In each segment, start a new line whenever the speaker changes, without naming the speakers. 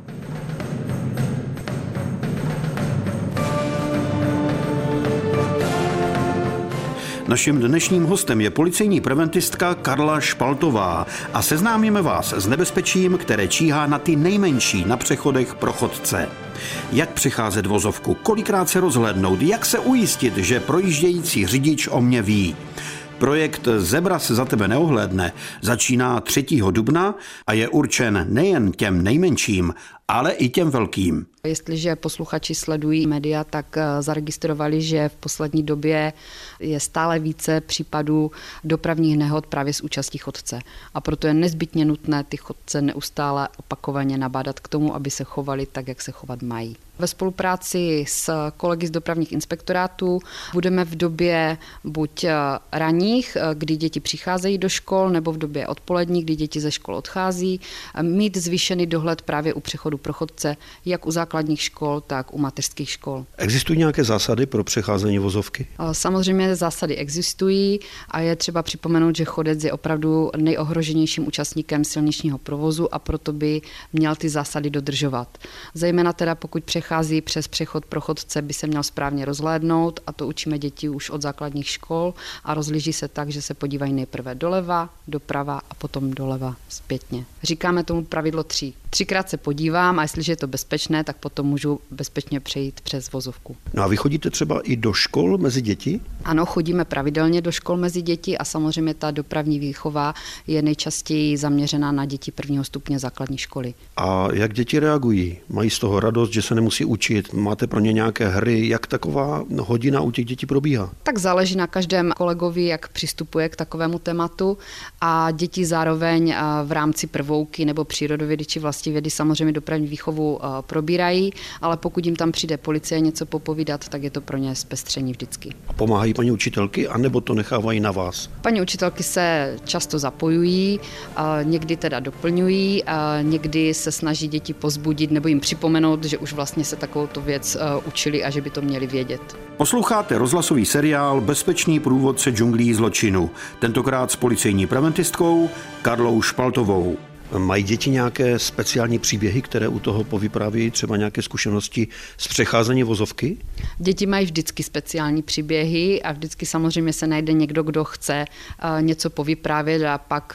Naším dnešním hostem je policejní preventistka Karla Špaltová a seznámíme vás s nebezpečím, které číhá na ty nejmenší na přechodech pro chodce. Jak přecházet vozovku, kolikrát se rozhlédnout, jak se ujistit, že projíždějící řidič o mě ví. Projekt Zebra se za tebe neohlédne začíná 3. dubna a je určen nejen těm nejmenším, ale i těm velkým.
Jestliže posluchači sledují média, tak zaregistrovali, že v poslední době je stále více případů dopravních nehod právě s účastí chodce. A proto je nezbytně nutné ty chodce neustále opakovaně nabádat k tomu, aby se chovali tak, jak se chovat mají. Ve spolupráci s kolegy z dopravních inspektorátů budeme v době buď ranních, kdy děti přicházejí do škol, nebo v době odpolední, kdy děti ze škol odchází, mít zvýšený dohled právě u přechodu pro chodce, jak u základních škol, tak u mateřských škol.
Existují nějaké zásady pro přecházení vozovky?
Samozřejmě zásady existují a je třeba připomenout, že chodec je opravdu nejohroženějším účastníkem silničního provozu a proto by měl ty zásady dodržovat. Zejména teda pokud přechází přes přechod pro chodce, by se měl správně rozhlédnout a to učíme děti už od základních škol a rozhlíží se tak, že se podívají nejprve doleva, doprava a potom doleva zpětně. Říkáme tomu pravidlo 3. 3krát se podívám a jestliže je to bezpečné, tak potom můžu bezpečně přejít přes vozovku.
No a vy chodíte třeba i do škol mezi děti?
Ano, chodíme pravidelně do škol mezi děti a samozřejmě ta dopravní výchova je nejčastěji zaměřená na děti 1. stupně základní školy.
A jak děti reagují? Mají z toho radost, že se nemusí učit? Máte pro ně nějaké hry? Jak taková hodina u těch dětí probíhá?
Tak záleží na každém kolegovi, jak přistupuje k takovému tématu a děti zároveň v rámci prvouky nebo přírodovědy či vlastivědy samozřejmě dopravní výchovu probírají, ale pokud jim tam přijde policie něco popovídat, tak je to pro ně zpestření vždycky.
Pomáhají paní učitelky, anebo to nechávají na vás?
Paní učitelky se často zapojují, někdy teda doplňují, někdy se snaží děti pozbudit nebo jim připomenout, že už vlastně se takovouto věc učili a že by to měli vědět.
Posloucháte rozhlasový seriál Bezpečný průvodce džunglí zločinu, tentokrát s policejní preventistkou Karlou Špaltovou.
Mají děti nějaké speciální příběhy, které u toho povyprávějí, třeba nějaké zkušenosti z přecházení vozovky?
Děti mají vždycky speciální příběhy a vždycky samozřejmě se najde někdo, kdo chce něco povyprávět a pak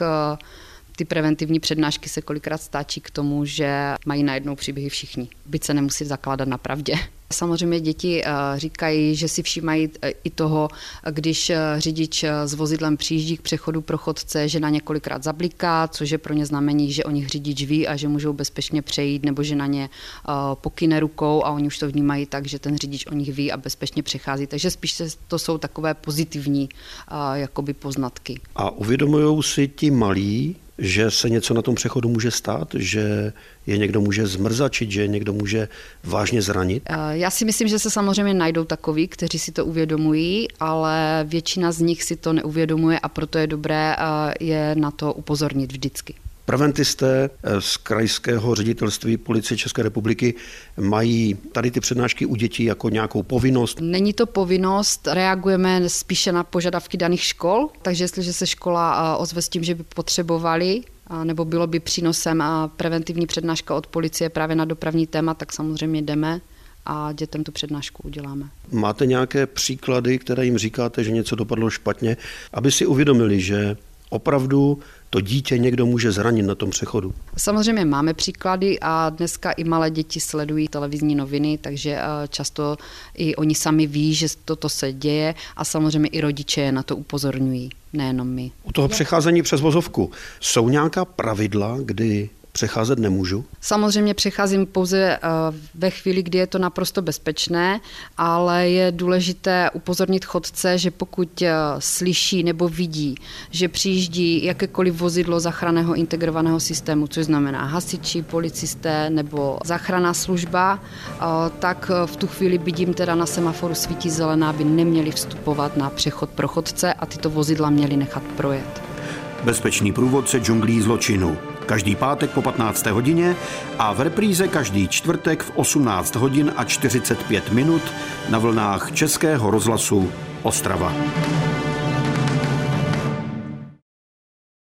ty preventivní přednášky se kolikrát stáčí k tomu, že mají najednou příběhy všichni, byť se nemusí zakládat na pravdě. Samozřejmě děti říkají, že si všímají i toho, když řidič s vozidlem přijíždí k přechodu pro chodce, že na ně kolikrát zabliká, což je pro ně znamení, že o nich řidič ví a že můžou bezpečně přejít, nebo že na ně pokyne rukou a oni už to vnímají tak, že ten řidič o nich ví a bezpečně přechází. Takže spíš to jsou takové pozitivní jakoby poznatky.
A uvědomují si ti malí, že se něco na tom přechodu může stát, že je někdo může zmrzačit, že někdo může vážně zranit?
Já si myslím, že se samozřejmě najdou takoví, kteří si to uvědomují, ale většina z nich si to neuvědomuje a proto je dobré je na to upozornit vždycky.
Preventisté z krajského ředitelství Policie České republiky mají tady ty přednášky u dětí jako nějakou povinnost?
Není to povinnost, reagujeme spíše na požadavky daných škol, takže jestliže se škola ozve s tím, že by potřebovali, nebo bylo by přínosem preventivní přednáška od policie právě na dopravní téma, tak samozřejmě jdeme a dětem tu přednášku uděláme. Máte
nějaké příklady, které jim říkáte, že něco dopadlo špatně, aby si uvědomili, že opravdu to dítě někdo může zranit na tom přechodu?
Samozřejmě máme příklady a dneska i malé děti sledují televizní noviny, takže často i oni sami ví, že toto se děje a samozřejmě i rodiče je na to upozorňují, nejenom my.
U toho přecházení přes vozovku jsou nějaká pravidla, kdy přecházet nemůžu?
Samozřejmě přecházím pouze ve chvíli, kdy je to naprosto bezpečné, ale je důležité upozornit chodce, že pokud slyší nebo vidí, že přijíždí jakékoliv vozidlo záchranného integrovaného systému, což znamená hasiči, policisté nebo záchranná služba, tak v tu chvíli vidím teda na semaforu svítí zelená, aby neměli vstupovat na přechod pro chodce a tyto vozidla měli nechat projet.
Bezpečný průvodce džunglí zločinu. Každý pátek po 15. hodině a v repríze každý čtvrtek v 18 hodin a 45 minut na vlnách Českého rozhlasu Ostrava.